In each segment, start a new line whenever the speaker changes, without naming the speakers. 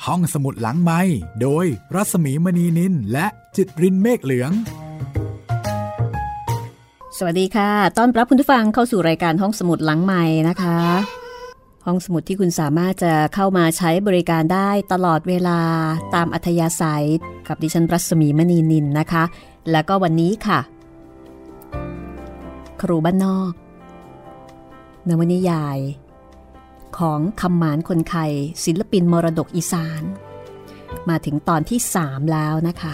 ห้องสมุดหลังไมค์โดยรัศมีมณีนินและจิตรินเมฆเหลือง
สวัสดีค่ะต้อนรับคุณผู้ฟังเข้าสู่รายการห้องสมุดหลังไมค์นะคะห้องสมุดที่คุณสามารถจะเข้ามาใช้บริการได้ตลอดเวลาตามอัธยาศัยกับดิฉันรัศมีมณีนินนะคะแล้วก็วันนี้ค่ะครูบ้านนอกนวนิยายของคำหมานคนไทยศิลปินมรดกอีสานมาถึงตอนที่3แล้วนะคะ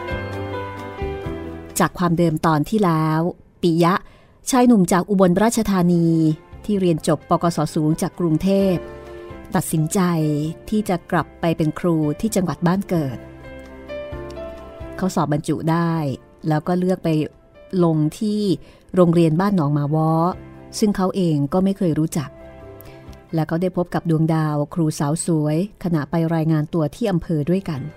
จากความเดิมตอนที่แล้วปิยะชายหนุ่มจากอุบลราชธานีที่เรียนจบปกส.สูงจากกรุงเทพตัดสินใจที่จะกลับไปเป็นครูที่จังหวัดบ้านเกิดเขาสอบบรรจุได้แล้วก็เลือกไปลงที่โรงเรียนบ้านหนองหมาว้อซึ่งเขาเองก็ไม่เคยรู้จักแล้วก็ได้พบกับดวงดาวครูสาวสวยขณะไปรายงานตัวที่อำเภอด้วยกัน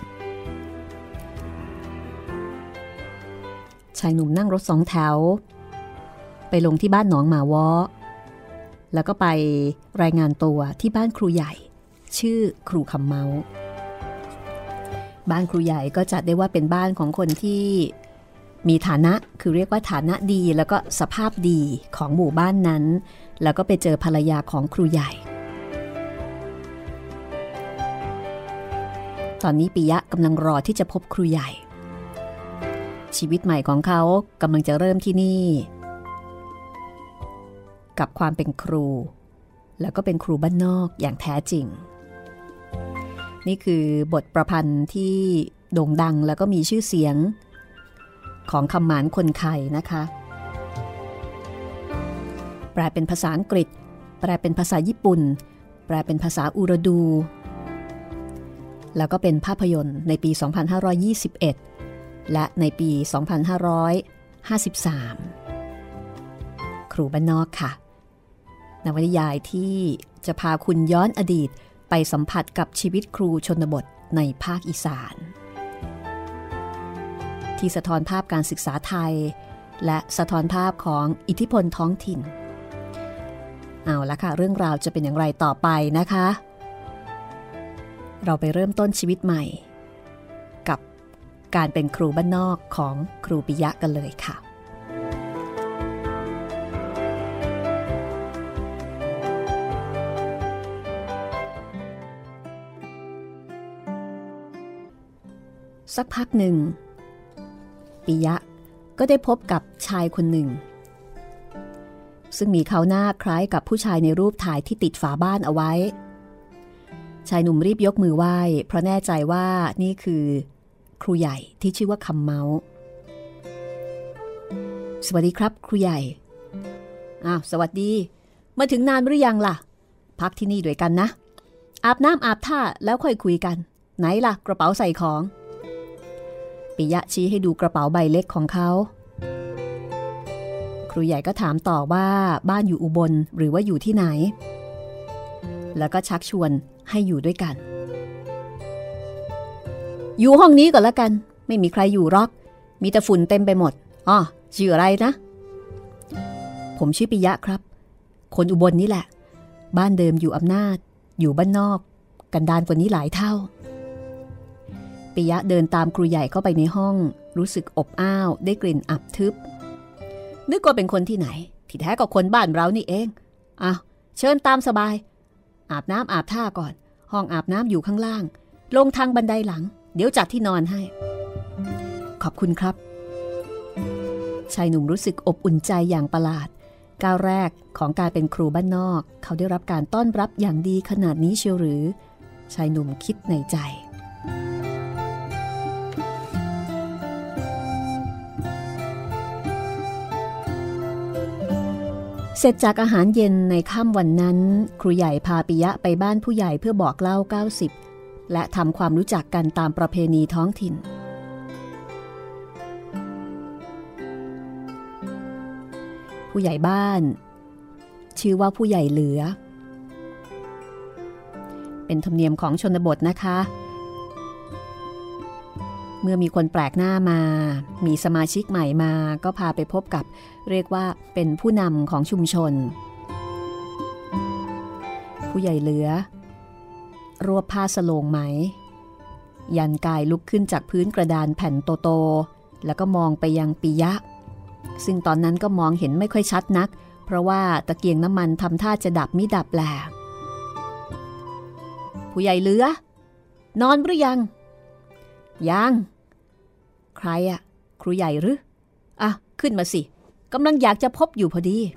ชายหนุ่มนั่งรถ2 แถวไปลงที่บ้านหนองหมาว้อแล้วก็ไปรายงานตัวที่บ้านครูใหญ่ชื่อครูคำเมาบ้านครูใหญ่ก็จัดได้ว่าเป็นบ้านของคนที่มีฐานะคือเรียกว่าฐานะดีแล้วก็สภาพดีของหมู่บ้านนั้นแล้วก็ไปเจอภรรยาของครูใหญ่ตอนนี้ปิยะกำลังรอที่จะพบครูใหญ่ชีวิตใหม่ของเขากำลังจะเริ่มที่นี่กับความเป็นครูแล้วก็เป็นครูบ้านนอกอย่างแท้จริงนี่คือบทประพันธ์ที่โด่งดังแล้วก็มีชื่อเสียงของคำหมานคนไทยนะคะแปลเป็นภาษาอังกฤษแปลเป็นภาษาญี่ปุ่นแปลเป็นภาษาอูรดูแล้วก็เป็นภาพยนตร์ในปี 2521 และในปี 2553 ครูบ้านนอกค่ะนวนิยายที่จะพาคุณย้อนอดีตไปสัมผัสกับชีวิตครูชนบทในภาคอีสานที่สะท้อนภาพการศึกษาไทยและสะท้อนภาพของอิทธิพลท้องถิ่นเอาละค่ะเรื่องราวจะเป็นอย่างไรต่อไปนะคะเราไปเริ่มต้นชีวิตใหม่กับการเป็นครูบ้านนอกของครูปิยะกันเลยค่ะสักพักหนึ่งปิยะก็ได้พบกับชายคนหนึ่งซึ่งมีเขาหน้าคล้ายกับผู้ชายในรูปถ่ายที่ติดฝาบ้านเอาไว้ชายหนุ่มรีบยกมือไหว้เพราะแน่ใจว่านี่คือครูใหญ่ที่ชื่อว่าคำเมาสวัสดีครับครูใหญ่อ้าวสวัสดีมาถึงนานหรือยังล่ะพักที่นี่ด้วยกันนะอาบน้ำอาบท่าแล้วค่อยคุยกันไหนล่ะกระเป๋าใส่ของปิยะชี้ให้ดูกระเป๋าใบเล็กของเขาครูใหญ่ก็ถามต่อว่าบ้านอยู่อุบลหรือว่าอยู่ที่ไหนแล้วก็ชักชวนให้อยู่ด้วยกันอยู่ห้องนี้ก่อนละกันไม่มีใครอยู่หรอกมีแต่ฝุ่นเต็มไปหมดอ๋อชื่ออะไรนะผมชื่อปิยะครับคนอุบลนี่แหละบ้านเดิมอยู่อำนาจอยู่บ้านนอกกันดารกว่านี้หลายเท่าปิยะเดินตามครูใหญ่เข้าไปในห้องรู้สึกอบอ้าวได้กลิ่นอับทึบนึกว่าเป็นคนที่ไหนที่แท้ก็คนบ้านเรานี่เองอ้าวเชิญตามสบายอาบน้ำอาบท่าก่อนห้องอาบน้ำอยู่ข้างล่างลงทางบันไดหลังเดี๋ยวจัดที่นอนให้ขอบคุณครับชายหนุ่มรู้สึกอบอุ่นใจอย่างประหลาดก้าวแรกของการเป็นครูบ้านนอกเขาได้รับการต้อนรับอย่างดีขนาดนี้เชียวหรือชายหนุ่มคิดในใจเสร็จจากอาหารเย็นในค่ำวันนั้นครูใหญ่พาปิยะไปบ้านผู้ใหญ่เพื่อบอกเล่า90และทำความรู้จักกันตามประเพณีท้องถิ่นผู้ใหญ่บ้านชื่อว่าผู้ใหญ่เหลือเป็นธรรมเนียมของชนบทนะคะ เมื่อมีคนแปลกหน้ามามีสมาชิกใหม่มาก็พาไปพบกับเรียกว่าเป็นผู้นำของชุมชนผู้ใหญ่เหลือรวบผ้าสโลงไหมยันกายลุกขึ้นจากพื้นกระดานแผ่นโตๆแล้วก็มองไปยังปิยะซึ่งตอนนั้นก็มองเห็นไม่ค่อยชัดนักเพราะว่าตะเกียงน้ำมันทำท่าจะดับมิดับแหละผู้ใหญ่เหลือนอนหรือยังใครอะครูใหญ่หรืออ่ะขึ้นมาสิกำลังอยากจะพบอยู่พอดี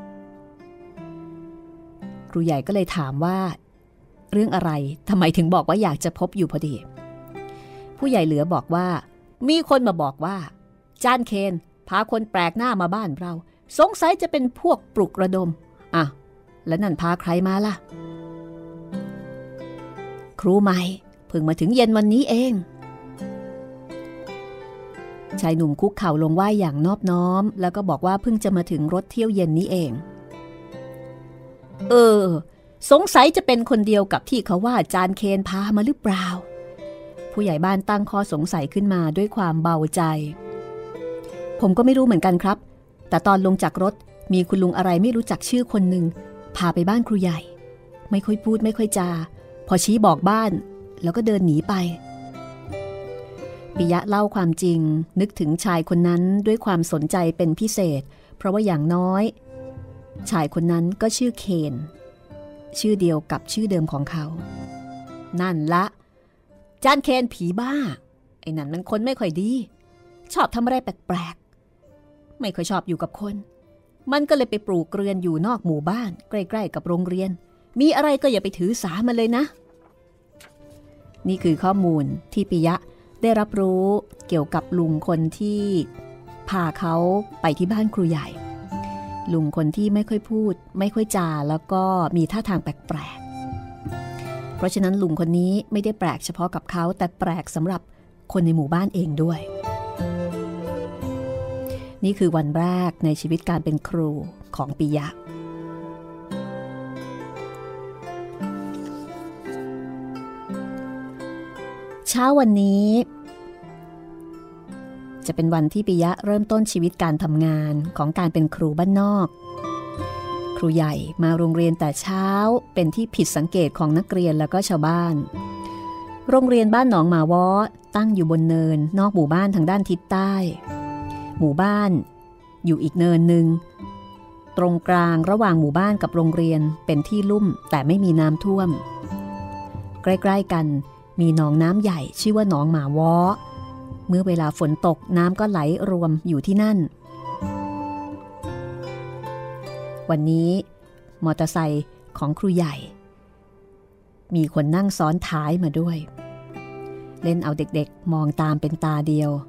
ครูใหญ่ก็เลยถามว่าเรื่องอะไรทำไมถึงบอกว่าอยากจะพบอยู่พอดีผู้ใหญ่เหลือบอกว่ามีคนมาบอกว่าจานเคนพาคนแปลกหน้ามาบ้านเราสงสัยจะเป็นพวกปลุกระดมอ่ะแล้วนั่นพาใครมาล่ะครูใหม่เพิ่งมาถึงเย็นวันนี้เองชายหนุ่มคุกเข่าลงไหว้อย่างนอบน้อมแล้วก็บอกว่าเพิ่งจะมาถึงรถเที่ยวเย็นนี้เองสงสัยจะเป็นคนเดียวกับที่เขาว่าจานเคนพามาหรือเปล่าผู้ใหญ่บ้านตั้งข้อสงสัยขึ้นมาด้วยความเบาใจผมก็ไม่รู้เหมือนกันครับแต่ตอนลงจากรถมีคุณลุงอะไรไม่รู้จักชื่อคนหนึ่งพาไปบ้านครูใหญ่ไม่ค่อยพูดไม่ค่อยจาพอชี้บอกบ้านแล้วก็เดินหนีไปปิยะเล่าความจริงนึกถึงชายคนนั้นด้วยความสนใจเป็นพิเศษเพราะว่าอย่างน้อยชายคนนั้นก็ชื่อเคนชื่อเดียวกับชื่อเดิมของเขานั่นละจานเคนผีบ้าไอ้นั่นมันคนไม่ค่อยดีชอบทำอะไรแปลกๆไม่ค่อยชอบอยู่กับคนมันก็เลยไปปลูกเรือนอยู่นอกหมู่บ้านใกล้ๆกับโรงเรียนมีอะไรก็อย่าไปถือสามันเลยนะนี่คือข้อมูลที่ปิยะได้รับรู้เกี่ยวกับลุงคนที่พาเขาไปที่บ้านครูใหญ่ลุงคนที่ไม่ค่อยพูดไม่ค่อยจาแล้วก็มีท่าทางแปลกๆเพราะฉะนั้นลุงคนนี้ไม่ได้แปลกเฉพาะกับเขาแต่แปลกสำหรับคนในหมู่บ้านเองด้วยนี่คือวันแรกในชีวิตการเป็นครูของปิยะเช้าวันนี้จะเป็นวันที่ปิยะเริ่มต้นชีวิตการทำงานของการเป็นครูบ้านนอกครูใหญ่มาโรงเรียนแต่เช้าเป็นที่ผิดสังเกตของนักเรียนแล้วก็ชาวบ้านโรงเรียนบ้านหนองหมาว้อตั้งอยู่บนเนินนอกหมู่บ้านทางด้านทิศใต้หมู่บ้านอยู่อีกเนินหนึ่งตรงกลางระหว่างหมู่บ้านกับโรงเรียนเป็นที่ลุ่มแต่ไม่มีน้ำท่วมใกล้ๆกันมีหนองน้ำใหญ่ชื่อว่าหนองหมาว้อเมื่อเวลาฝนตกน้ำก็ไหลรวมอยู่ที่นั่นวันนี้มอเตอร์ไซค์ของครูใหญ่มีคนนั่งซ้อนท้ายมาด้วยเล่นเอาเด็กๆมองตามเป็นตาเดียว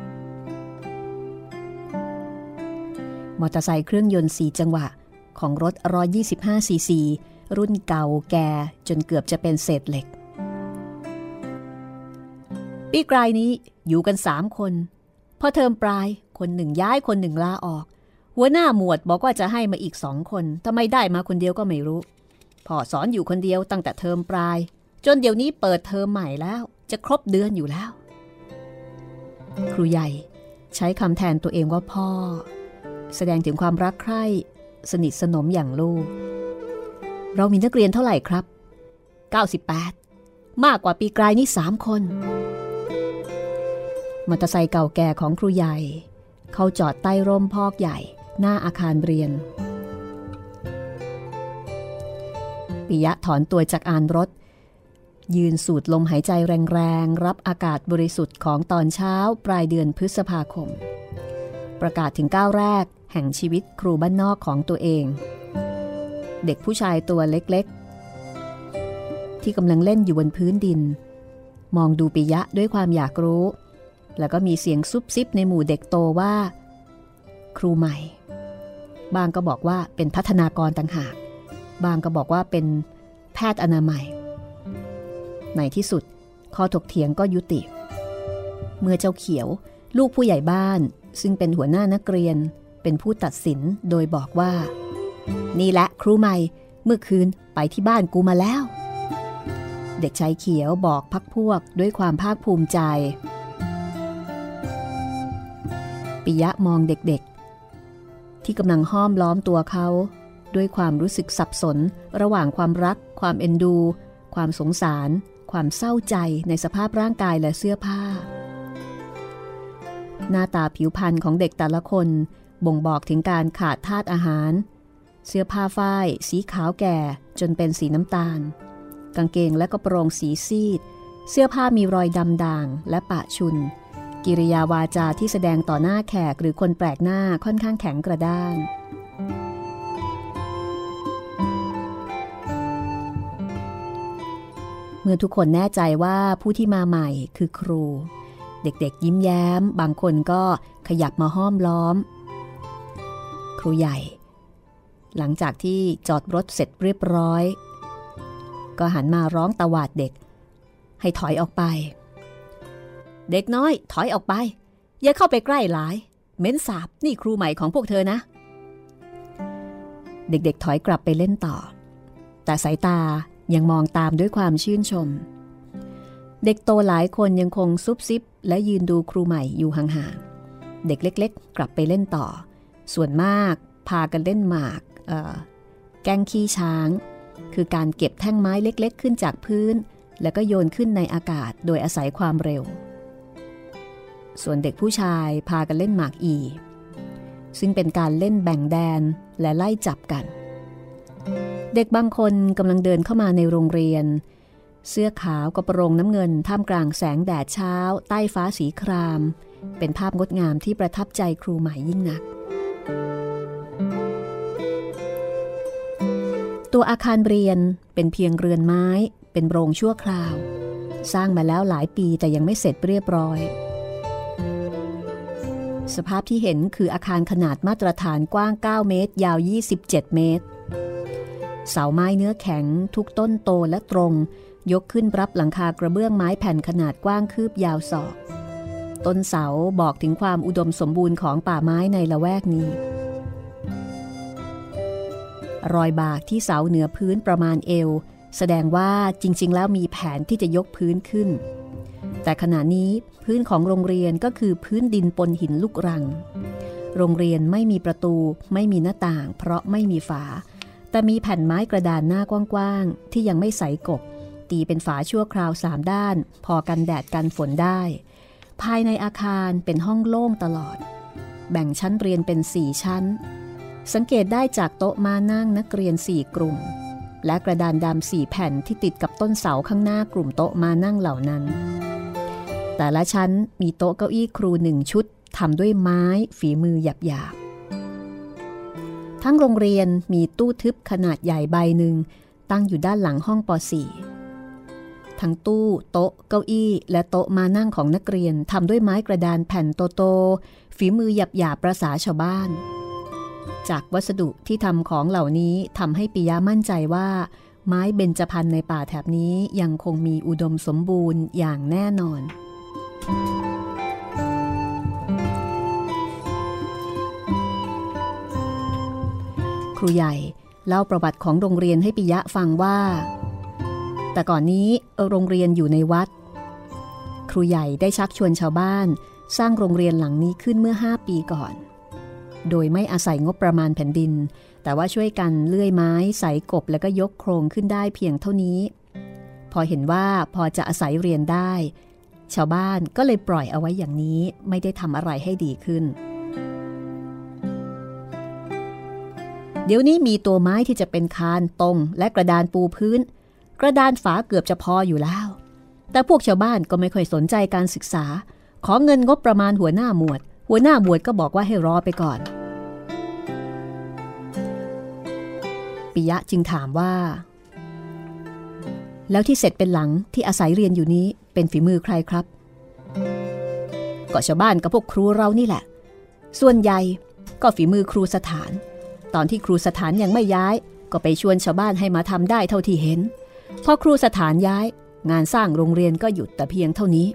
มอเตอร์ไซค์เครื่องยนต์4จังหวะของรถ125ซีซีรุ่นเก่าแก่จนเกือบจะเป็นเศษเหล็กปีกลายนี้อยู่กัน3คนพอเทอมปลายคนหนึ่งย้ายคนหนึ่งลาออกหัวหน้าหมวดบอกว่าจะให้มาอีก2คนทำไมได้มาคนเดียวก็ไม่รู้พ่อสอนอยู่คนเดียวตั้งแต่เทอมปลายจนเดี๋ยวนี้เปิดเทอมใหม่แล้วจะครบเดือนอยู่แล้วครูใหญ่ใช้คำแทนตัวเองว่าพ่อแสดงถึงความรักใคร่สนิทสนมอย่างลูกเรามีนักเรียนเท่าไหร่ครับ98มากกว่าปีกลายนี้3คนมอเตอร์ไซค์เก่าแก่ของครูใหญ่เขาจอดใต้ร่มพอกใหญ่หน้าอาคารเรียนปิยะถอนตัวจากอานรถยืนสูดลมหายใจแรงๆรับอากาศบริสุทธิ์ของตอนเช้าปลายเดือนพฤษภาคมประกาศถึงก้าวแรกแห่งชีวิตครูบ้านนอกของตัวเองเด็กผู้ชายตัวเล็กๆที่กำลังเล่นอยู่บนพื้นดินมองดูปิยะด้วยความอยากรู้แล้วก็มีเสียงซุบซิบในหมู่เด็กโตว่าครูใหม่บางก็บอกว่าเป็นพัฒนากรต่างหากบางก็บอกว่าเป็นแพทย์อนามัยในที่สุดข้อถกเถียงก็ยุติเมื่อเจ้าเขียวลูกผู้ใหญ่บ้านซึ่งเป็นหัวหน้านักเรียนเป็นผู้ตัดสินโดยบอกว่านี่แหละครูใหม่เมื่อคืนไปที่บ้านกูมาแล้วเด็กชายเขียวบอกพรรคพวกด้วยความภาคภูมิใจปิยะมองเด็กๆที่กำลังห้อมล้อมตัวเขาด้วยความรู้สึกสับสนระหว่างความรักความเอ็นดูคความสงสารความเศร้าใจในสภาพร่างกายและเสื้อผ้าหน้าตาผิวพรรณของเด็กแต่ละคนบ่งบอกถึงการขาดธาตุอาหารเสื้อผ้าฝ้ายสีขาวแก่จนเป็นสีน้ำตาลกางเกงและกระโปรงสีซีดเสื้อผ้ามีรอยดำด่างและปะชุนกิริยาวาจาที่แสดงต่อหน้าแขกหรือคนแปลกหน้าค่อนข้างแข็งกระด้างเมื่อทุกคนแน่ใจว่าผู้ที่มาใหม่คือครูเด็กๆยิ้มแย้มบางคนก็ขยับมาห้อมล้อมครูใหญ่หลังจากที่จอดรถเสร็จเรียบร้อยก็หันมาร้องตวาดเด็กให้ถอยออกไปเด็กน้อยถอยออกไปอย่าเข้าไปใกล้หลายเหม็นสาบนี่ครูใหม่ของพวกเธอนะเด็กๆถอยกลับไปเล่นต่อแต่สายตายังมองตามด้วยความชื่นชมเด็กโตหลายคนยังคงซุบซิบและยืนดูครูใหม่อยู่ห่างๆเด็กเล็กๆกลับไปเล่นต่อส่วนมากพากันเล่นหมากแกล้งขี้ช้างคือการเก็บแท่งไม้เล็กๆขึ้นจากพื้นแล้วก็โยนขึ้นในอากาศโดยอาศัยความเร็วส่วนเด็กผู้ชายพากันเล่นหมากอีซึ่งเป็นการเล่นแบ่งแดนและไล่จับกันเด็กบางคนกำลังเดินเข้ามาในโรงเรียนเสื้อขาวกระโปรงน้ำเงินท่ามกลางแสงแดดเช้าใต้ฟ้าสีครามเป็นภาพงดงามที่ประทับใจครูใหม่ยิ่งนักตัวอาคารเรียนเป็นเพียงเรือนไม้เป็นโรงชั่วคราวสร้างมาแล้วหลายปีแต่ยังไม่เสร็จเรียบร้อยสภาพที่เห็นคืออาคารขนาดมาตรฐานกว้าง9เมตรยาว27เมตรเสาไม้เนื้อแข็งทุกต้นโตและตรงยกขึ้นรับหลังคากระเบื้องไม้แผ่นขนาดกว้างคืบยาวศอกต้นเสาบอกถึงความอุดมสมบูรณ์ของป่าไม้ในละแวกนี้รอยบากที่เสาเหนือพื้นประมาณเอวแสดงว่าจริงๆแล้วมีแผนที่จะยกพื้นขึ้นแต่ขณะนี้พื้นของโรงเรียนก็คือพื้นดินปนหินลูกรังโรงเรียนไม่มีประตูไม่มีหน้าต่างเพราะไม่มีฝาแต่มีแผ่นไม้กระดานหน้ากว้างๆที่ยังไม่ใสกบตีเป็นฝาชั่วคราว3ด้านพอกันแดดกันฝนได้ภายในอาคารเป็นห้องโล่งตลอดแบ่งชั้นเรียนเป็น4ชั้นสังเกตได้จากโต๊ะม้านั่งนักเรียน4กลุ่มและกระดานดำ4แผ่นที่ติดกับต้นเสาข้างหน้ากลุ่มโต๊ะม้านั่งเหล่านั้นแต่ละชั้นมีโต๊ะเก้าอี้ครู1ชุดทำด้วยไม้ฝีมือหยาบๆทั้งโรงเรียนมีตู้ทึบขนาดใหญ่ใบหนึ่งตั้งอยู่ด้านหลังห้องป .4 ทั้งตู้โต๊ะเก้าอี้และโต๊ะม้านั่งของนักเรียนทำด้วยไม้กระดานแผ่นโตๆฝีมือหยาบๆประสาชาวบ้านจากวัสดุที่ทำของเหล่านี้ทำให้ปิยะมั่นใจว่าไม้เบญจพรรณในป่าแถบนี้ยังคงมีอุดมสมบูรณ์อย่างแน่นอนครูใหญ่เล่าประวัติของโรงเรียนให้ปิยะฟังว่าแต่ก่อนนี้โรงเรียนอยู่ในวัดครูใหญ่ได้ชักชวนชาวบ้านสร้างโรงเรียนหลังนี้ขึ้นเมื่อ5 ปีก่อนโดยไม่อาศัยงบประมาณแผ่นดินแต่ว่าช่วยกันเลื่อยไม้ใส่กบแล้วก็ยกโครงขึ้นได้เพียงเท่านี้พอเห็นว่าพอจะอาศัยเรียนได้ชาวบ้านก็เลยปล่อยเอาไว้อย่างนี้ไม่ได้ทำอะไรให้ดีขึ้นเดี๋ยวนี้มีตัวไม้ที่จะเป็นคานตรงและกระดานปูพื้นกระดานฝาเกือบจะพออยู่แล้วแต่พวกชาวบ้านก็ไม่ค่อยสนใจการศึกษาขอเงินงบประมาณหัวหน้าหมวดก็บอกว่าให้รอไปก่อนปิยะจึงถามว่าแล้วที่เสร็จเป็นหลังที่อาศัยเรียนอยู่นี้เป็นฝีมือใครครับก็ชาวบ้านกับพวกครูเรานี่แหละส่วนใหญ่ก็ฝีมือครูสถานตอนที่ครูสถานยังไม่ย้ายก็ไปชวนชาวบ้านให้มาทำได้เท่าที่เห็นพอครูสถานย้ายงานสร้างโรงเรียนก็หยุดแต่เพียงเท่านี้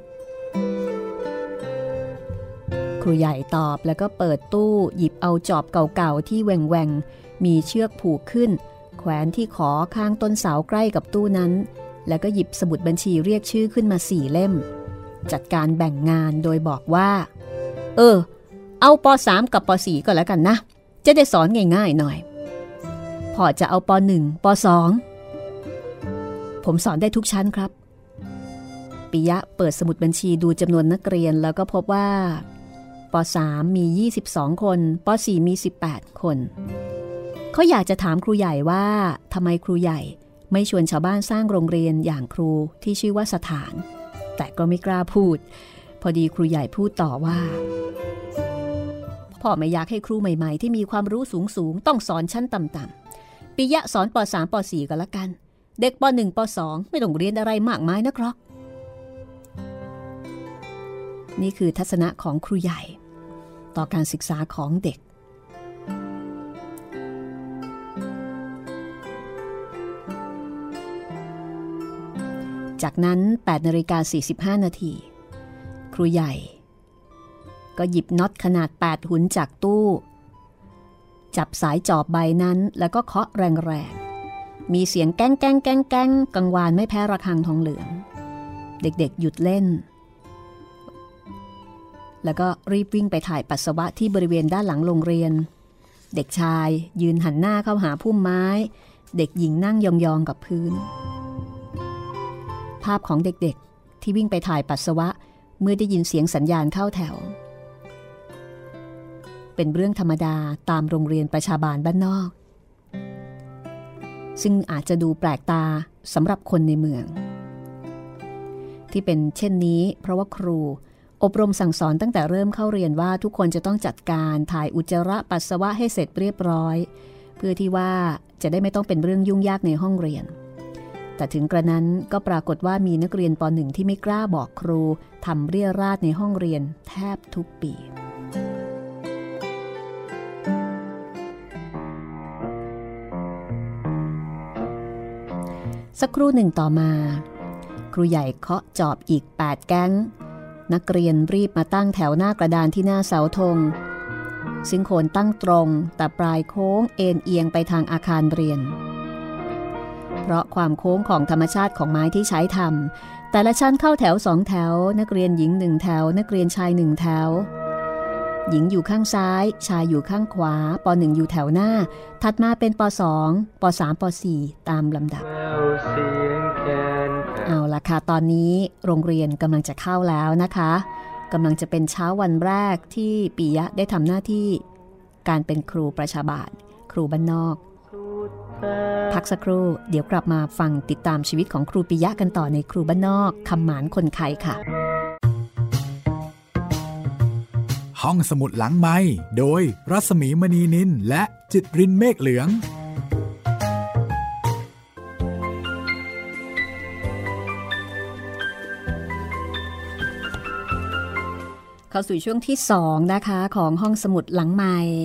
ครูใหญ่ตอบแล้วก็เปิดตู้หยิบเอาจอบเก่าๆที่แหว่งๆมีเชือกผูกขึ้นแขวนที่ขอข้างต้นเสาใกล้กับตู้นั้นแล้วก็หยิบสมุดบัญชีเรียกชื่อขึ้นมา4 เล่มจัดการแบ่งงานโดยบอกว่าเอาป.3 กับป.4 ก็แล้วกันนะจะได้สอนง่ายๆหน่อยพอจะเอาป.1 ป.2 ผมสอนได้ทุกชั้นครับปิยะเปิดสมุดบัญชีดูจำนวนนักเรียนแล้วก็พบว่าป.3 มี22คนป.4 มี18คนเขาอยากจะถามครูใหญ่ว่าทำไมครูใหญ่ไม่ชวนชาวบ้านสร้างโรงเรียนอย่างครูที่ชื่อว่าสถานแต่ก็ไม่กล้าพูดพอดีครูใหญ่พูดต่อว่าพ่อไม่อยากให้ครูใหม่ๆที่มีความรู้สูงๆต้องสอนชั้นต่ำๆปิยะสอนป.3 ป.4 ก็แล้วกันเด็กป.1 ป.2 ไม่ต้องเรียนอะไรมากมายนะครับนี่คือทัศนะของครูใหญ่ต่อการศึกษาของเด็กจากนั้น 8:45 นาทีครูใหญ่ก็หยิบน็อตขนาด8หุนจากตู้จับสายจอบใบนั้นแล้วก็เคาะแรงๆมีเสียงแก้งแก้งแก้งแก้งกังวานไม่แพ้ระฆังทองเหลืองเด็กๆหยุดเล่นแล้วก็รีบวิ่งไปถ่ายปัสสาวะที่บริเวณด้านหลังโรงเรียนเด็กชายยืนหันหน้าเข้าหาพุ่มไม้เด็กหญิงนั่งยองๆกับพื้นภาพของเด็กๆที่วิ่งไปถ่ายปัสสาวะเมื่อได้ยินเสียงสัญญาณเข้าแถวเป็นเรื่องธรรมดาตามโรงเรียนประชาบาลบ้านนอกซึ่งอาจจะดูแปลกตาสำหรับคนในเมืองที่เป็นเช่นนี้เพราะว่าครูอบรมสั่งสอนตั้งแต่เริ่มเข้าเรียนว่าทุกคนจะต้องจัดการถ่ายอุจจาระปัสสาวะให้เสร็จเรียบร้อยเพื่อที่ว่าจะได้ไม่ต้องเป็นเรื่องยุ่งยากในห้องเรียนแต่ถึงกระนั้นก็ปรากฏว่ามีนักเรียนป.1 ที่ไม่กล้าบอกครูทำเรี่ยราดในห้องเรียนแทบทุกปีสักครู่หนึ่งต่อมาครูใหญ่เคาะจอบอีก8แก๊งนักเรียนรีบมาตั้งแถวหน้ากระดานที่หน้าเสาธงซึ่งโคนตั้งตรงแต่ปลายโค้งเอ็นเอียงไปทางอาคารเรียนเพราะความโค้งของธรรมชาติของไม้ที่ใช้ทำแต่ละชั้นเข้าแถว2แถวนักเรียนหญิง1แถวนักเรียนชาย1แถวหญิงอยู่ข้างซ้ายชายอยู่ข้างขวาป.1 อยู่แถวหน้าถัดมาเป็นป.2 ป.3 ป.4 ตามลำดับเอาล่ะค่ะตอนนี้โรงเรียนกำลังจะเข้าแล้วนะคะกำลังจะเป็นเช้าวันแรกที่ปิยะได้ทำหน้าที่การเป็นครูประชาบาลครูบ้านนอกพักสักครู่เดี๋ยวกลับมาฟังติดตามชีวิตของครูปิยะกันต่อในครูบ้านนอกคำหมานคนไข้ค่ะ
ห้องสมุดหลังไมค์โดยรัศมีมณีนินและจิตรินเมฆเหลือง
เข้าสู่ช่วงที่2นะคะของห้องสมุดหลังไมค์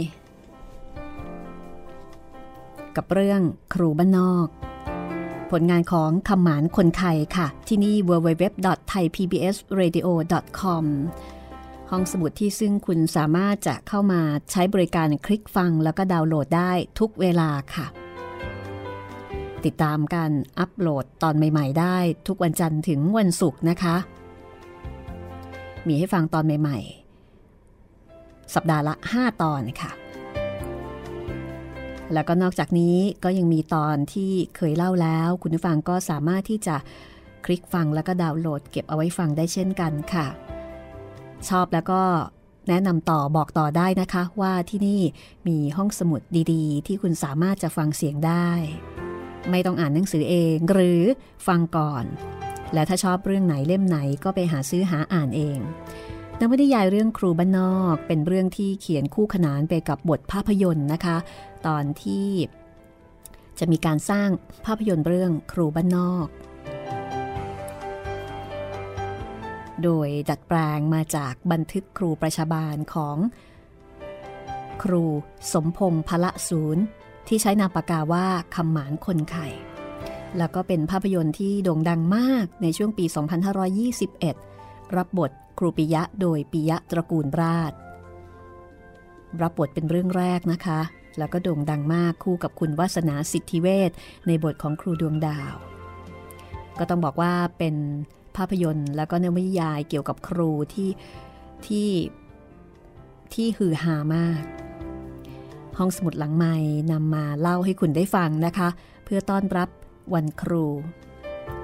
กับเรื่องครูบ้านนอกผลงานของคำหมานคนไข้ค่ะที่นี่ www.thaipbsradio.com ห้องสมุดที่ซึ่งคุณสามารถจะเข้ามาใช้บริการคลิกฟังแล้วก็ดาวน์โหลดได้ทุกเวลาค่ะติดตามการอัปโหลดตอนใหม่ๆได้ทุกวันจันทร์ถึงวันศุกร์นะคะมีให้ฟังตอนใหม่ๆสัปดาห์ละ5ตอนค่ะแล้วก็นอกจากนี้ก็ยังมีตอนที่เคยเล่าแล้วคุณผู้ฟังก็สามารถที่จะคลิกฟังแล้วก็ดาวน์โหลดเก็บเอาไว้ฟังได้เช่นกันค่ะชอบแล้วก็แนะนำต่อบอกต่อได้นะคะว่าที่นี่มีห้องสมุดดีๆที่คุณสามารถจะฟังเสียงได้ไม่ต้องอ่านหนังสือเองหรือฟังก่อนและถ้าชอบเรื่องไหนเล่มไหนก็ไปหาซื้อหาอ่านเองนวนิยายเรื่องครูบ้านนอกเป็นเรื่องที่เขียนคู่ขนานไปกับบทภาพยนตร์นะคะตอนที่จะมีการสร้างภาพยนตร์เรื่องครูบ้านนอกโดยดัดแปลงมาจากบันทึกครูประชาบาลของครูสมพงษ์พละศูนย์ที่ใช้นามปากกาว่าคำหมานคนไข้แล้วก็เป็นภาพยนตร์ที่โด่งดังมากในช่วงปี 2521 รับบทครูปิยะโดยปิยะตระกูลราชรับบทเป็นเรื่องแรกนะคะแล้วก็โด่งดังมากคู่กับคุณวาสนาสิทธิเวชในบทของครูดวงดาวก็ต้องบอกว่าเป็นภาพยนตร์แล้วก็นวนิยายเกี่ยวกับครูที่ฮือฮามากห้องสมุดหลังไมค์นำมาเล่าให้คุณได้ฟังนะคะเพื่อต้อนรับวันครู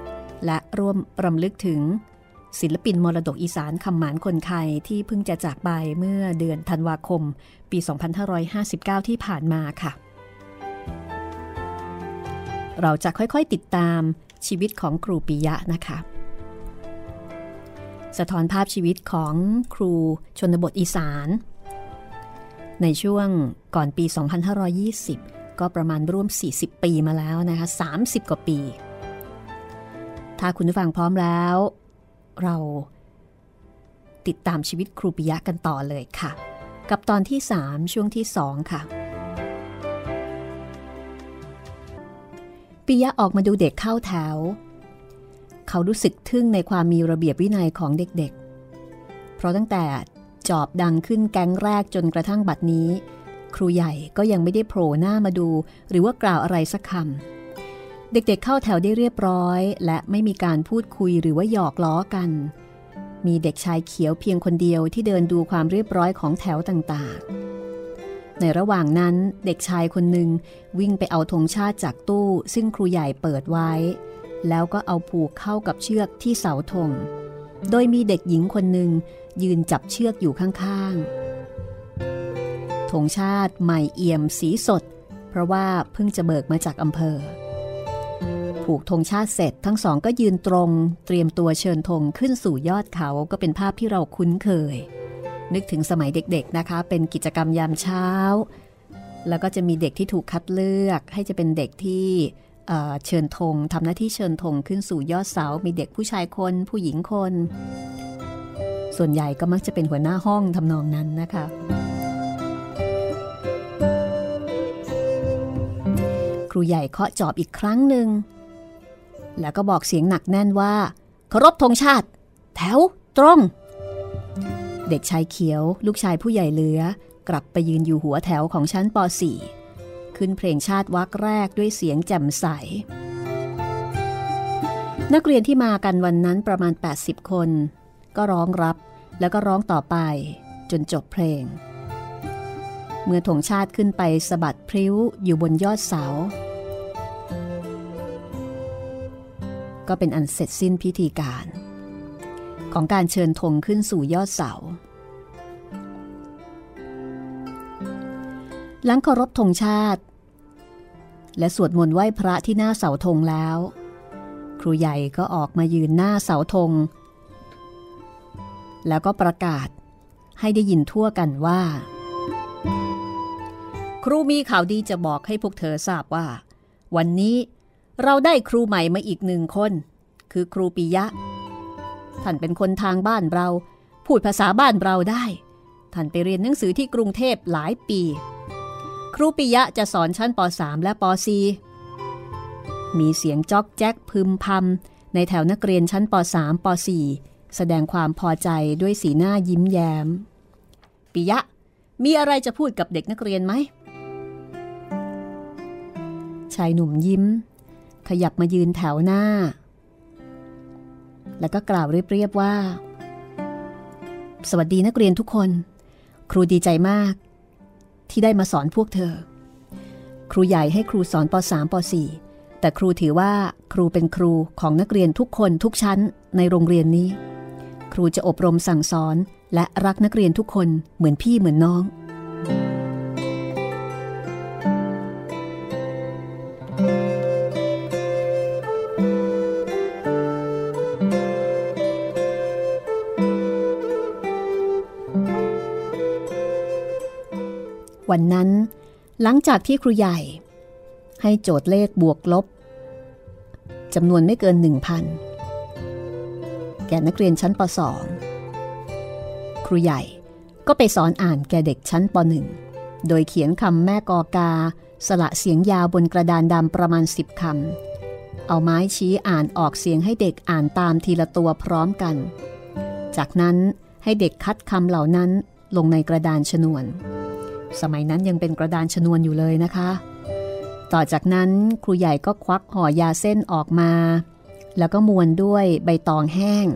และร่วมรำลึกถึงศิลปินมรดกอีสานคำหมานคนไทยที่เพิ่งจะจากไปเมื่อเดือนธันวาคมปี 2559 ที่ผ่านมาค่ะเราจะค่อยๆติดตามชีวิตของครูปิยะนะคะสะท้อนภาพชีวิตของครูชนบทอีสานในช่วงก่อนปี 2520 ก็ประมาณร่วม 40 ปีมาแล้วนะคะ30 กว่าปีถ้าคุณผู้ฟังพร้อมแล้วเราติดตามชีวิตครูปิยะกันต่อเลยค่ะกับตอนที่ 3 ช่วงที่ 2 ค่ะปิยะออกมาดูเด็กเข้าแถวเขารู้สึกทึ่งในความมีระเบียบวินัยของเด็กๆเพราะตั้งแต่จอบดังขึ้นแก๊งแรกจนกระทั่งบัดนี้ครูใหญ่ก็ยังไม่ได้โผล่หน้ามาดูหรือว่ากล่าวอะไรสักคำเด็กๆเข้าแถวได้เรียบร้อยและไม่มีการพูดคุยหรือว่าหยอกล้อกันมีเด็กชายเขียวเพียงคนเดียวที่เดินดูความเรียบร้อยของแถวต่างๆในระหว่างนั้นเด็กชายคนหนึ่งวิ่งไปเอาธงชาติจากตู้ซึ่งครูใหญ่เปิดไว้แล้วก็เอาผูกเข้ากับเชือกที่เสาธงโดยมีเด็กหญิงคนหนึ่งยืนจับเชือกอยู่ข้างๆธงชาติใหม่เอี่ยมสีสดเพราะว่าเพิ่งจะเบิกมาจากอำเภอผูกธงชาติเสร็จทั้งสองก็ยืนตรงเตรียมตัวเชิญธงขึ้นสู่ยอดเขาก็เป็นภาพที่เราคุ้นเคยนึกถึงสมัยเด็กๆนะคะเป็นกิจกรรมยามเช้าแล้วก็จะมีเด็กที่ถูกคัดเลือกให้จะเป็นเด็กที่เชิญธงทำหน้าที่เชิญธงขึ้นสู่ยอดเสามีเด็กผู้ชายคนผู้หญิงคนส่วนใหญ่ก็มักจะเป็นหัวหน้าห้องทำนองนั้นนะคะครูใหญ่เคาะจอบอีกครั้งหนึ่งแล้วก็บอกเสียงหนักแน่นว่าเคารพธงชาติแถวตรงเด็กชายเขียวลูกชายผู้ใหญ่เหลือกลับไปยืนอยู่หัวแถวของชั้นป .4 ขึ้นเพลงชาติวรรคแรกด้วยเสียงแจ่มใสนักเรียนที่มากันวันนั้นประมาณ80คนก็ร้องรับแล้วก็ร้องต่อไปจนจบเพลงเมื่อธงชาติขึ้นไปสะบัดพริ้วอยู่บนยอดเสาก็เป็นอันเสร็จสิ้นพิธีการของการเชิญธงขึ้นสู่ยอดเสาหลังเคารพธงชาติและสวดมนต์ไหว้พระที่หน้าเสาธงแล้วครูใหญ่ก็ออกมายืนหน้าเสาธงแล้วก็ประกาศให้ได้ยินทั่วกันว่าครูมีข่าวดีจะบอกให้พวกเธอทราบว่าวันนี้เราได้ครูใหม่มาอีก1 คนคือครูปิยะท่านเป็นคนทางบ้านเราพูดภาษาบ้านเราได้ท่านไปเรียนหนังสือที่กรุงเทพหลายปีครูปิยะจะสอนชั้นป .3 และป .4 มีเสียงจ๊อกแจ๊กพึมพำในแถวนักเรียนชั้นป .3 ป .4 แสดงความพอใจด้วยสีหน้ายิ้มแย้มปิยะมีอะไรจะพูดกับเด็กนักเรียนไหมชายหนุ่มยิ้มขยับมายืนแถวหน้าแล้วก็กล่าวเรียบๆว่าสวัสดีนักเรียนทุกคนครูดีใจมากที่ได้มาสอนพวกเธอครูใหญ่ให้ครูสอนป .3 ป .4 แต่ครูถือว่าครูเป็นครูของนักเรียนทุกคนทุกชั้นในโรงเรียนนี้ครูจะอบรมสั่งสอนและรักนักเรียนทุกคนเหมือนพี่เหมือนน้องวันนั้นหลังจากที่ครูใหญ่ให้โจทย์เลขบวกลบจำนวนไม่เกิน 1,000 แก่นักเรียนชั้นป .2 ครูใหญ่ก็ไปสอนอ่านแก่เด็กชั้นป .1 โดยเขียนคำแม่กอกาสละเสียงยาวบนกระดานดำประมาณ10 คำเอาไม้ชี้อ่านออกเสียงให้เด็กอ่านตามทีละตัวพร้อมกันจากนั้นให้เด็กคัดคำเหล่านั้นลงในกระดานชนวนสมัยนั้นยังเป็นกระดานชนวนอยู่เลยนะคะต่อจากนั้นครูใหญ่ก็ควักห่อยาเส้นออกมาแล้วก็ม้วนด้วยใบตองแห้ง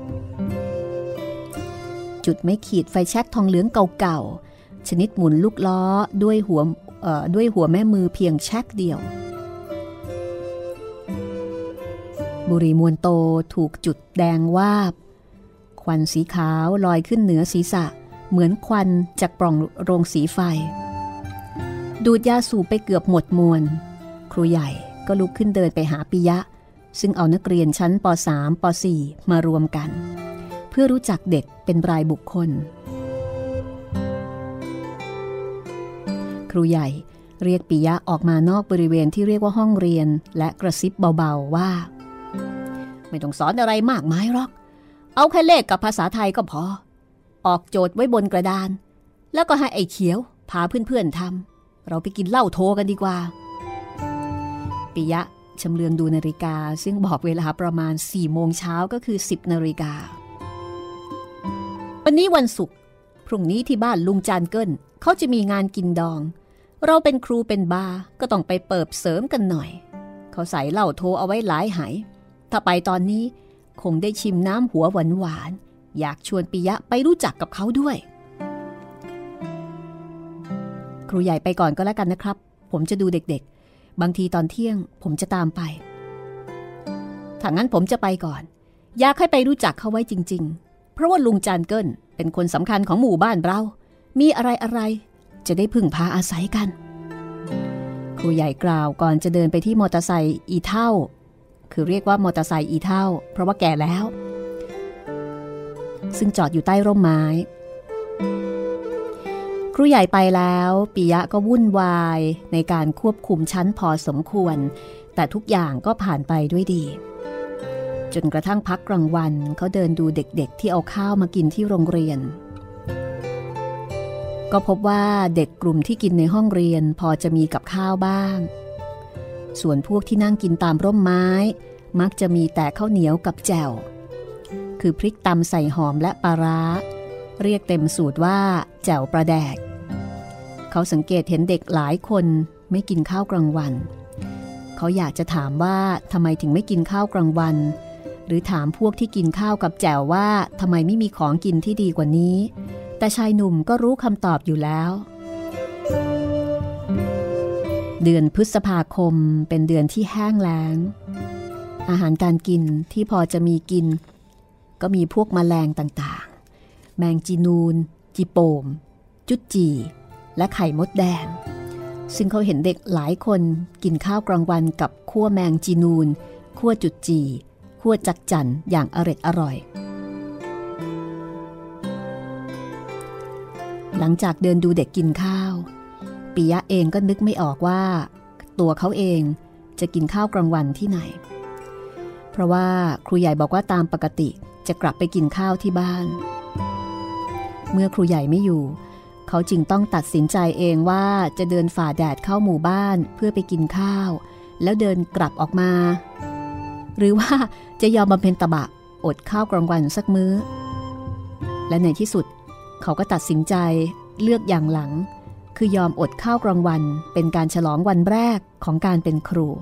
จุดไม้ขีดไฟแช็กทองเหลืองเก่าๆชนิดหมุนลูกล้อด้วยหัวแม่มือเพียงแช็กเดียวบุหรี่มวนโตถูกจุดแดงวาบควันสีขาวลอยขึ้นเหนือศีรษะเหมือนควันจากปล่องโรงสีไฟดูดยาสูบไปเกือบหมดมวนครูใหญ่ก็ลุกขึ้นเดินไปหาปิยะซึ่งเอานักเรียนชั้นป.3 ป.4 มารวมกันเพื่อรู้จักเด็กเป็นรายบุคคลครูใหญ่เรียกปิยะออกมานอกบริเวณที่เรียกว่าห้องเรียนและกระซิบเบาๆว่าไม่ต้องสอนอะไรมากมายหรอกเอาแค่เลขกับภาษาไทยก็พอออกโจทย์ไว้บนกระดานแล้วก็ให้ไอ้เขียวพาเพื่อนๆทำเราไปกินเหล้าโทกันดีกว่าปิยะชำเลืองดูนาฬิกาซึ่งบอกเวลาประมาณ 4 โมงเช้าก็คือ 10 นาฬิกาวันนี้วันศุกร์พรุ่งนี้ที่บ้านลุงจานเกิ้ลเขาจะมีงานกินดองเราเป็นครูเป็นบาร์ก็ต้องไปเปิบเสริมกันหน่อยเขาใส่เหล้าโทเอาไว้หลายไหถ้าไปตอนนี้คงได้ชิมน้ำหัวหวานๆอยากชวนปิยะไปรู้จักกับเขาด้วยครูใหญ่ไปก่อนก็แล้วกันนะครับผมจะดูเด็กๆบางทีตอนเที่ยงผมจะตามไปถ้างั้นผมจะไปก่อนอยากให้ไปรู้จักเขาไว้จริงๆเพราะว่าลุงจานเกิ้ลเป็นคนสำคัญของหมู่บ้านเรามีอะไรจะได้พึ่งพาอาศัยกันครูใหญ่กล่าวก่อนจะเดินไปที่มอเตอร์ไซค์อีเท่าคือเรียกว่ามอเตอร์ไซค์อีเท่าเพราะว่าแก่แล้วซึ่งจอดอยู่ใต้ร่มไม้ครูใหญ่ไปแล้วปิยะก็วุ่นวายในการควบคุมชั้นพอสมควรแต่ทุกอย่างก็ผ่านไปด้วยดีจนกระทั่งพักกลางวันเขาเดินดูเด็กๆที่เอาข้าวมากินที่โรงเรียนก็พบว่าเด็กกลุ่มที่กินในห้องเรียนพอจะมีกับข้าวบ้างส่วนพวกที่นั่งกินตามร่มไม้มักจะมีแต่ข้าวเหนียวกับแจ่วคือพริกตำใส่หอมและปลาร้าเรียกเต็มสูตรว่าแจ่วปลาแดกเขาสังเกตเห็นเด็กหลายคนไม่กินข้าวกลางวันเขาอยากจะถามว่าทำไมถึงไม่กินข้าวกลางวันหรือถามพวกที่กินข้าวกับแจ่วว่าทำไมไม่มีของกินที่ดีกว่านี้แต่ชายหนุ่มก็รู้คำตอบอยู่แล้วเดือนพฤษภาคมเป็นเดือนที่แห้งแล้งอาหารการกินที่พอจะมีกินก็มีพวกแมลงต่างๆแมงจีนูนจีโป่มจุดจีและไข่มดแดงซึ่งเขาเห็นเด็กหลายคนกินข้าวกลางวันกับคั่วแมงจีนูนคั่วจุดจีคั่วจักจั่นอย่างอร่อยหลังจากเดินดูเด็กกินข้าวปิยะเองก็นึกไม่ออกว่าตัวเขาเองจะกินข้าวกลางวันที่ไหนเพราะว่าครูใหญ่บอกว่าตามปกติจะกลับไปกินข้าวที่บ้านเมื่อครูใหญ่ไม่อยู่เขาจึงต้องตัดสินใจเองว่าจะเดินฝ่าแดดเข้าหมู่บ้านเพื่อไปกินข้าวแล้วเดินกลับออกมาหรือว่าจะยอมบำเพ็ญตบะอดข้าวกลางวันสักมื้อและในที่สุดเขาก็ตัดสินใจเลือกอย่างหลังคือยอมอดข้าวกลางวันเป็นการฉลองวันแรกของการเป็นครู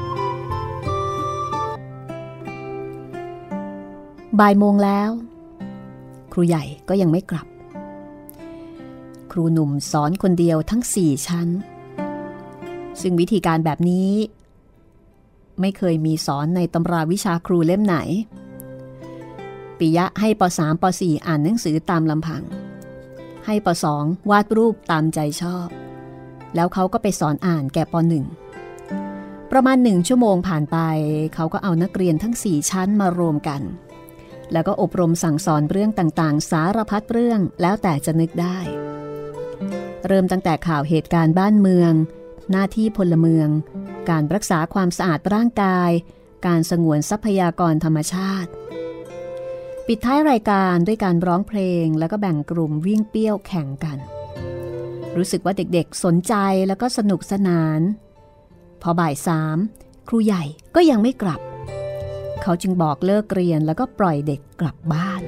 บ่ายโมงแล้วครูใหญ่ก็ยังไม่กลับครูหนุ่มสอนคนเดียวทั้ง4ชั้นซึ่งวิธีการแบบนี้ไม่เคยมีสอนในตำราวิชาครูเล่มไหนปิยะให้ป.3 ป.4 อ่านหนังสือตามลำพังให้ป.2 วาดรูปตามใจชอบแล้วเขาก็ไปสอนอ่านแก่ป.1 ประมาณ1 ชั่วโมงผ่านไปเขาก็เอานักเรียนทั้ง4ชั้นมารวมกันแล้วก็อบรมสั่งสอนเรื่องต่างๆสารพัดเรื่องแล้วแต่จะนึกได้เริ่มตั้งแต่ข่าวเหตุการณ์บ้านเมืองหน้าที่พลเมืองการรักษาความสะอาดร่างกายการสงวนทรัพยากรธรรมชาติปิดท้ายรายการด้วยการร้องเพลงแล้วก็แบ่งกลุ่มวิ่งเปี้ยวแข่งกันรู้สึกว่าเด็กๆสนใจแล้วก็สนุกสนานพอบ่าย3ครูใหญ่ก็ยังไม่กลับเขาจึงบอกเลิกเรียนแล้วก็ปล่อยเด็กกลับบ้าน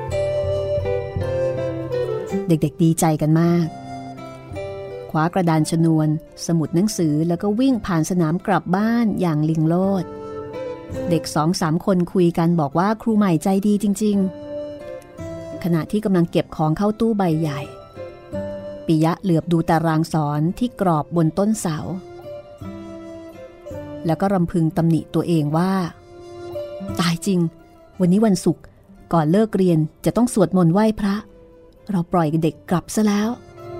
เด็กๆดีใจกันมากคว้ากระดานชนวนสมุดหนังสือแล้วก็วิ่งผ่านสนามกลับบ้านอย่างลิงโลดเด็ก 2-3 คนคุยกันบอกว่าครูใหม่ใจดีจริงๆขณะที่กำลังเก็บของเข้าตู้ใบใหญ่ปิยะเหลือบดูตารางสอนที่กรอบบนต้นเสาแล้วก็รำพึงตำหนิตัวเองว่าจริงวันนี้วันศุกร์ก่อนเลิกเรียนจะต้องสวดมนต์ไหว้พระเราปล่อยเด็กกลับซะแล้ว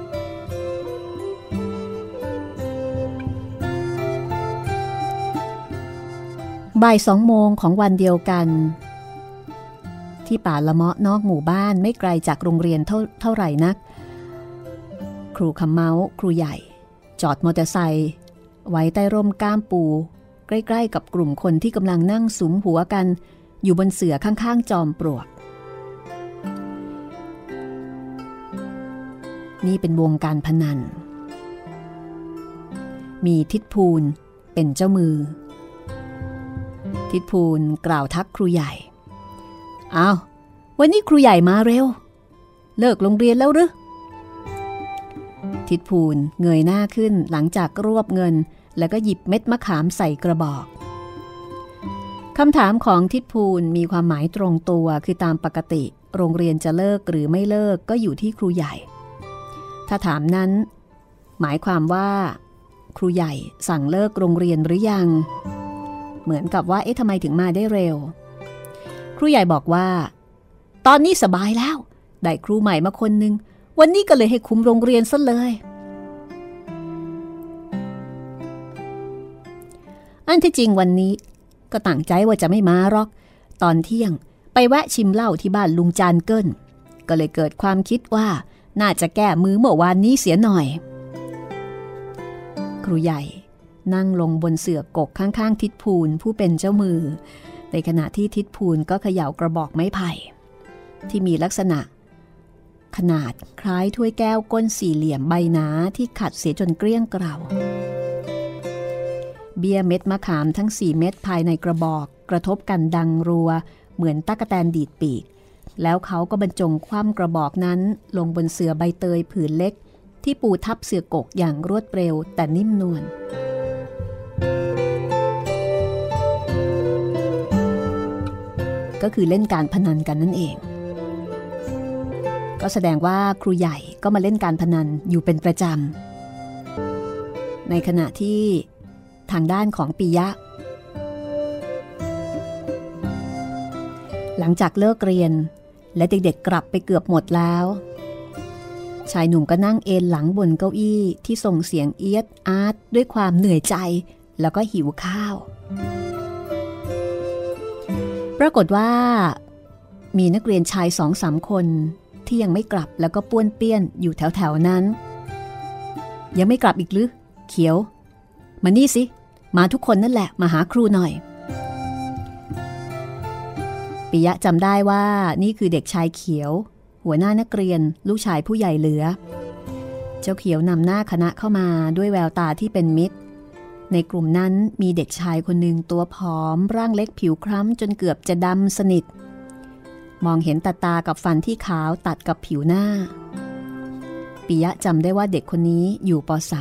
บ่าย2 โมงของวันเดียวกันที่ป่าละเมาะนอกหมู่บ้านไม่ไกลจากโรงเรียนเท่าไหร่นักครูคำเมาครูใหญ่จอดมอเตอร์ไซค์ไว้ใต้ร่มก้ามปูใกล้ๆกับกลุ่มคนที่กำลังนั่งสุมหัวกันอยู่บนเสื่อข้างๆจอมปลวกนี่เป็นวงการพนันมีทิดพูนเป็นเจ้ามือทิดพูนกล่าวทักครูใหญ่อ้าววันนี้ครูใหญ่มาเร็วเลิกโรงเรียนแล้วหรือทิดพูนเงยหน้าขึ้นหลังจากรวบเงินแล้วก็หยิบเม็ดมะขามใส่กระบอกคำถามของทิดพูนมีความหมายตรงตัวคือตามปกติโรงเรียนจะเลิกหรือไม่เลิกก็อยู่ที่ครูใหญ่ถ้าถามนั้นหมายความว่าครูใหญ่สั่งเลิกโรงเรียนหรือยังเหมือนกับว่าทำไมถึงมาได้เร็วครูใหญ่บอกว่าตอนนี้สบายแล้วได้ครูใหม่มาคนนึงวันนี้ก็เลยให้คุมโรงเรียนซะเลยอันที่จริงวันนี้ก็ตั้งใจว่าจะไม่มาหรอกตอนเที่ยงไปแวะชิมเหล้าที่บ้านลุงจานเกิ้ลก็เลยเกิดความคิดว่าน่าจะแก้มือเมื่อวานนี้เสียหน่อยครูใหญ่นั่งลงบนเสื่อกกข้างๆทิดพูนผู้เป็นเจ้ามือในขณะที่ทิดพูนก็เขย่ากระบอกไม้ไผ่ที่มีลักษณะขนาดคล้ายถ้วยแก้วก้นสี่เหลี่ยมใบหนาที่ขัดเสียจนเกลี้ยงเกลาเบี้ยเม็ดมะขามทั้ง4 เม็ดภายในกระบอกกระทบกันดังรัวเหมือนตั๊กแตนดีดปีกแล้วเขาก็บรรจงคว่ำกระบอกนั้นลงบนเสื่อใบเตยผืนเล็กที่ปูทับเสื่อกกอย่างรวดเร็วแต่นิ่มนวลก็คือเล่นการพนันกันนั่นเองก็แสดงว่าครูใหญ่ก็มาเล่นการพนันอยู่เป็นประจำในขณะที่ทางด้านของปิยะหลังจากเลิกเรียนและเด็กๆกลับไปเกือบหมดแล้วชายหนุ่มก็นั่งเอนหลังบนเก้าอี้ที่ส่งเสียงเอี๊ยดอาร์ตด้วยความเหนื่อยใจแล้วก็หิวข้าวปรากฏว่ามีนักเรียนชาย 2-3 คนที่ยังไม่กลับแล้วก็ป้วนเปี้ยนอยู่แถวๆนั้นยังไม่กลับอีกหรือเขียวมานี่สิมาทุกคนนั่นแหละมาหาครูหน่อยปิยะจำได้ว่านี่คือเด็กชายเขียวหัวหน้านักเรียนลูกชายผู้ใหญ่เหลือเจ้าเขียวนำหน้าคณะเข้ามาด้วยแววตาที่เป็นมิตรในกลุ่มนั้นมีเด็กชายคนหนึ่งตัวผอมร่างเล็กผิวคล้ำจนเกือบจะดำสนิทมองเห็นตากับฟันที่ขาวตัดกับผิวหน้าปิยะจำได้ว่าเด็กคนนี้อยู่ป.3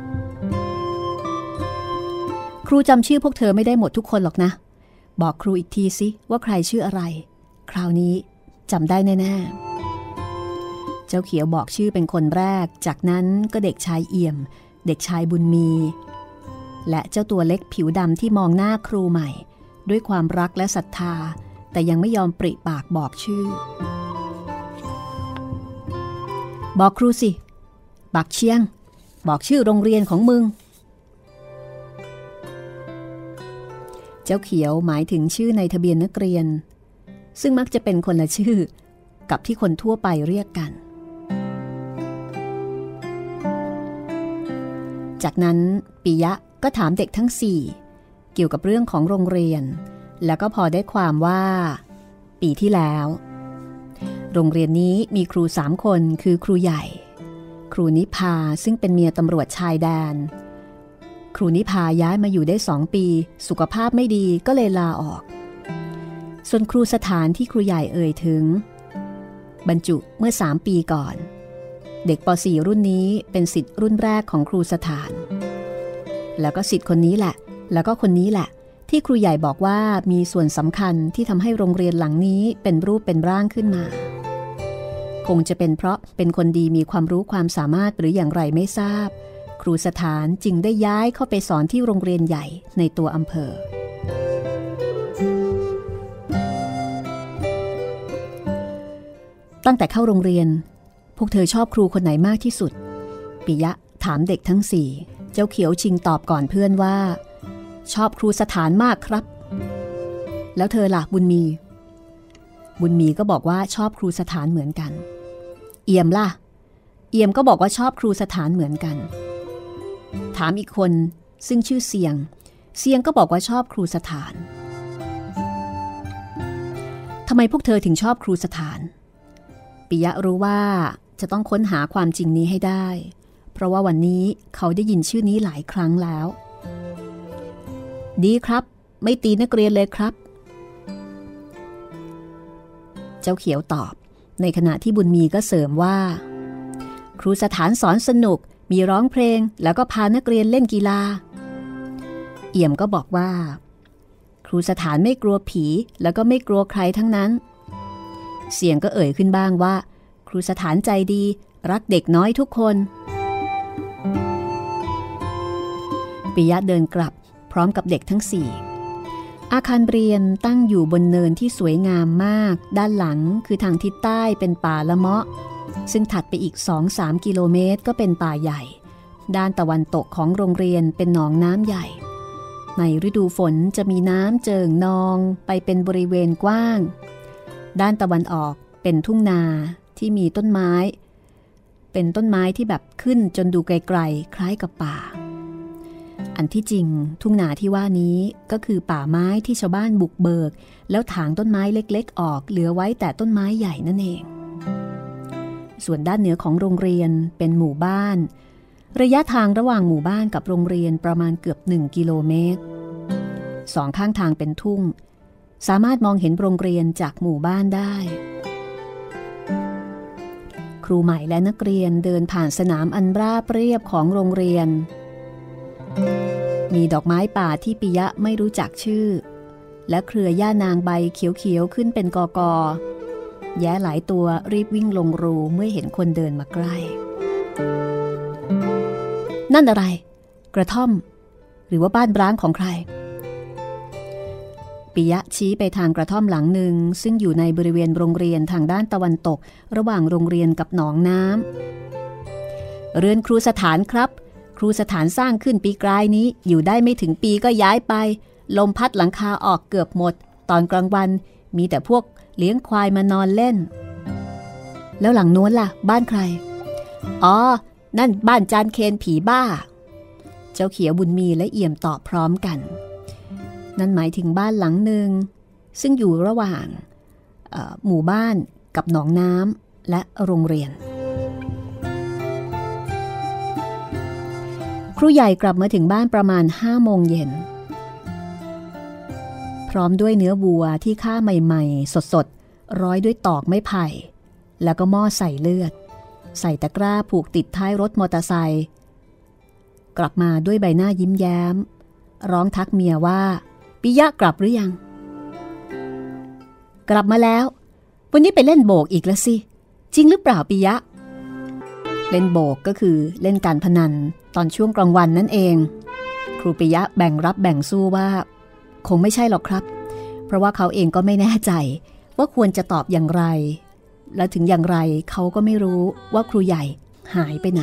ครูจำชื่อพวกเธอไม่ได้หมดทุกคนหรอกนะบอกครูอีกทีสิว่าใครชื่ออะไรคราวนี้จำได้แน่ๆเจ้าเขียวบอกชื่อเป็นคนแรกจากนั้นก็เด็กชายเอี่ยมเด็กชายบุญมีและเจ้าตัวเล็กผิวดำที่มองหน้าครูใหม่ด้วยความรักและศรัทธาแต่ยังไม่ยอมปริปากบอกชื่อบอกครูสิบักเชียงบอกชื่อโรงเรียนของมึงเจ้าเขียวหมายถึงชื่อในทะเบียนนักเรียนซึ่งมักจะเป็นคนละชื่อกับที่คนทั่วไปเรียกกันจากนั้นปิยะก็ถามเด็กทั้ง4เกี่ยวกับเรื่องของโรงเรียนแล้วก็พอได้ความว่าปีที่แล้วโรงเรียนนี้มีครู3 คนคือครูใหญ่ครูนิพาซึ่งเป็นเมียตำรวจชายแดนครูนิพาย้ายมาอยู่ได้2 ปีสุขภาพไม่ดีก็เลยลาออกส่วนครูสถานที่ครูใหญ่เอ่ยถึงบรรจุเมื่อ3 ปีก่อนเด็กป.4 รุ่นนี้เป็นศิษย์รุ่นแรกของครูสถานแล้วก็ศิษย์คนนี้แหละแล้วก็คนนี้แหละที่ครูใหญ่บอกว่ามีส่วนสำคัญที่ทำให้โรงเรียนหลังนี้เป็นรูปเป็นร่างขึ้นมาคงจะเป็นเพราะเป็นคนดีมีความรู้ความสามารถหรืออย่างไรไม่ทราบครูสถานจึงได้ย้ายเข้าไปสอนที่โรงเรียนใหญ่ในตัวอำเภอตั้งแต่เข้าโรงเรียนพวกเธอชอบครูคนไหนมากที่สุดปิยะถามเด็กทั้งสี่เจ้าเขียวชิงตอบก่อนเพื่อนว่าชอบครูสถานมากครับแล้วเธอล่ะบุญมีก็บอกว่าชอบครูสถานเหมือนกันเอี่ยมล่ะเอี่ยมก็บอกว่าชอบครูสถานเหมือนกันถามอีกคนซึ่งชื่อเสียงก็บอกว่าชอบครูสถานทำไมพวกเธอถึงชอบครูสถานปิยะรู้ว่าจะต้องค้นหาความจริงนี้ให้ได้เพราะว่าวันนี้เขาได้ยินชื่อนี้หลายครั้งแล้วดีครับไม่ตีนักเรียนเลยครับเจ้าเขียวตอบในขณะที่บุญมีก็เสริมว่าครูสถานสอนสนุกมีร้องเพลงแล้วก็พานักเรียนเล่นกีฬาเอี่ยมก็บอกว่าครูสถานไม่กลัวผีแล้วก็ไม่กลัวใครทั้งนั้นเสียงก็เอ่ยขึ้นบ้างว่าครูสถานใจดีรักเด็กน้อยทุกคนปิยะเดินกลับพร้อมกับเด็กทั้งสี่อาคารเรียนตั้งอยู่บนเนินที่สวยงามมากด้านหลังคือทางทิศใต้เป็นป่าละเมาะซึ่งถัดไปอีก 2-3 กิโลเมตรก็เป็นป่าใหญ่ด้านตะวันตกของโรงเรียนเป็นหนองน้ำใหญ่ในฤดูฝนจะมีน้ำเจิ่งนองไปเป็นบริเวณกว้างด้านตะวันออกเป็นทุ่งนาที่มีต้นไม้เป็นต้นไม้ที่แบบขึ้นจนดูไกลๆคล้ายกับป่าอันที่จริงทุ่งนาที่ว่านี้ก็คือป่าไม้ที่ชาวบ้านบุกเบิกแล้วถางต้นไม้เล็กๆออกเหลือไว้แต่ต้นไม้ใหญ่นั่นเองส่วนด้านเหนือของโรงเรียนเป็นหมู่บ้านระยะทางระหว่างหมู่บ้านกับโรงเรียนประมาณเกือบ1 กิโลเมตรสองข้างทางเป็นทุ่งสามารถมองเห็นโรงเรียนจากหมู่บ้านได้ครูใหม่และนักเรียนเดินผ่านสนามอันราบเรียบของโรงเรียนมีดอกไม้ป่าที่ปิยะไม่รู้จักชื่อและเครือหญ้านางใบเขียวๆขึ้นเป็นกอกอแย้หลายตัวรีบวิ่งลงรูเมื่อเห็นคนเดินมาใกล้นั่นอะไรกระท่อมหรือว่าบ้านร้างของใครปิยะชี้ไปทางกระท่อมหลังหนึ่งซึ่งอยู่ในบริเวณโรงเรียนทางด้านตะวันตกระหว่างโรงเรียนกับหนองน้ำเรือนครูสถานครับครูสถานสร้างขึ้นปีกลายนี้อยู่ได้ไม่ถึงปีก็ย้ายไปลมพัดหลังคาออกเกือบหมดตอนกลางวันมีแต่พวกเลี้ยงควายมานอนเล่นแล้วหลังโน้นล่ะบ้านใครอ๋อนั่นบ้านจานเคนผีบ้าเจ้าเขียวบุญมีและเอี่ยมตอบพร้อมกันนั่นหมายถึงบ้านหลังหนึ่งซึ่งอยู่ระหว่างหมู่บ้านกับหนองน้ำและโรงเรียนครูใหญ่กลับมาถึงบ้านประมาณ5 โมงเย็นพร้อมด้วยเนื้อวัวที่ฆ่าใหม่ๆสดๆร้อยด้วยตอกไม้ไผ่แล้วก็หม้อใส่เลือดใส่ตะกร้าผูกติดท้ายรถมอเตอร์ไซค์กลับมาด้วยใบหน้ายิ้มแย้มร้องทักเมียว่าปิยะกลับหรือยังกลับมาแล้ววันนี้ไปเล่นโบกอีกแล้วสิจริงหรือเปล่าปิยะเล่นโบกก็คือเล่นการพนันตอนช่วงกลางวันนั่นเองครูปิยะแบ่งรับแบ่งสู้ว่าคงไม่ใช่หรอกครับเพราะว่าเขาเองก็ไม่แน่ใจว่าควรจะตอบอย่างไรและถึงอย่างไรเขาก็ไม่รู้ว่าครูใหญ่หายไปไหน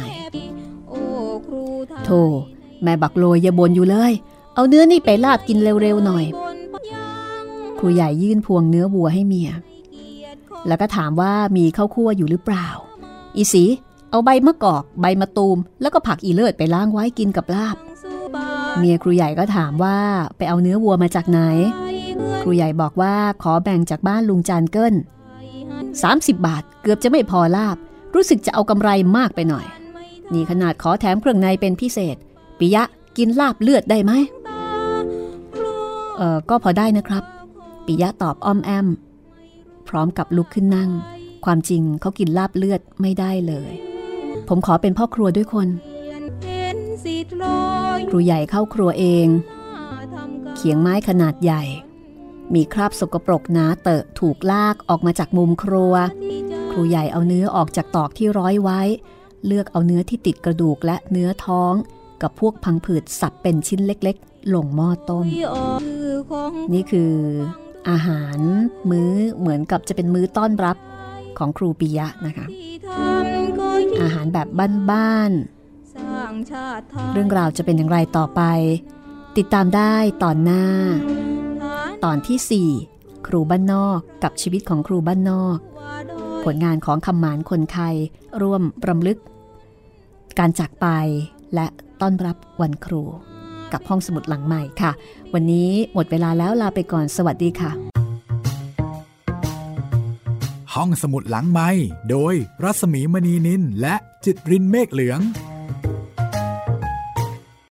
โธ่แม่บักโลยอย่าบ่นอยู่เลยเอาเนื้อนี่ไปลาบกินเร็วๆหน่อยครูใหญ่ยื่นพวงเนื้อวัวให้เมียแล้วก็ถามว่ามีข้าวคั่วอยู่หรือเปล่าอีสีเอาใบมะกอกใบมะตูมแล้วก็ผักอีเลิศไปล้างไว้กินกับลาบเมียครูใหญ่ก็ถามว่าไปเอาเนื้อวัวมาจากไหนครูใหญ่บอกว่าขอแบ่งจากบ้านลุงจานเกิ้ล30 บาทเกือบจะไม่พอลาบรู้สึกจะเอากำไรมากไปหน่อยนี่ขนาดขอแถมเครื่องในเป็นพิเศษปิยะกินลาบเลือดได้ไหมก็พอได้นะครับปิยะตอบอ้อมแอมพร้อมกับลุกขึ้นนั่งความจริงเขากินลาบเลือดไม่ได้เลยผมขอเป็นพ่อครัวด้วยคนครูใหญ่เข้าครัวเองเขียงไม้ขนาดใหญ่มีคราบสกปรกหนาเตอะถูกลากออกมาจากมุมครัวครูใหญ่เอาเนื้อออกจากตอกที่ร้อยไว้เลือกเอาเนื้อที่ติดกระดูกและเนื้อท้องกับพวกพังผืดสับเป็นชิ้นเล็กๆลงหม้อต้มนี่คืออาหารมื้อเหมือนกับจะเป็นมื้อต้อนรับขของครูปิยะนะคะอาหารแบบบ้านๆเรื่องราวจะเป็นอย่างไรต่อไปติดตามได้ตอนหน้าตอนที่4ครูบ้านนอกกับชีวิตของครูบ้านนอกผลงานของคำหมานคนไทยร่วมรำลึกการจากไปและต้อนรับวันครูกับห้องสมุดหลังใหม่ค่ะวันนี้หมดเวลาแล้วลาไปก่อนสวัสดีค่ะ
ห้องสมุดหลังไมค์โดยรัศมีมณีนินและจิตรินเมฆเหลือง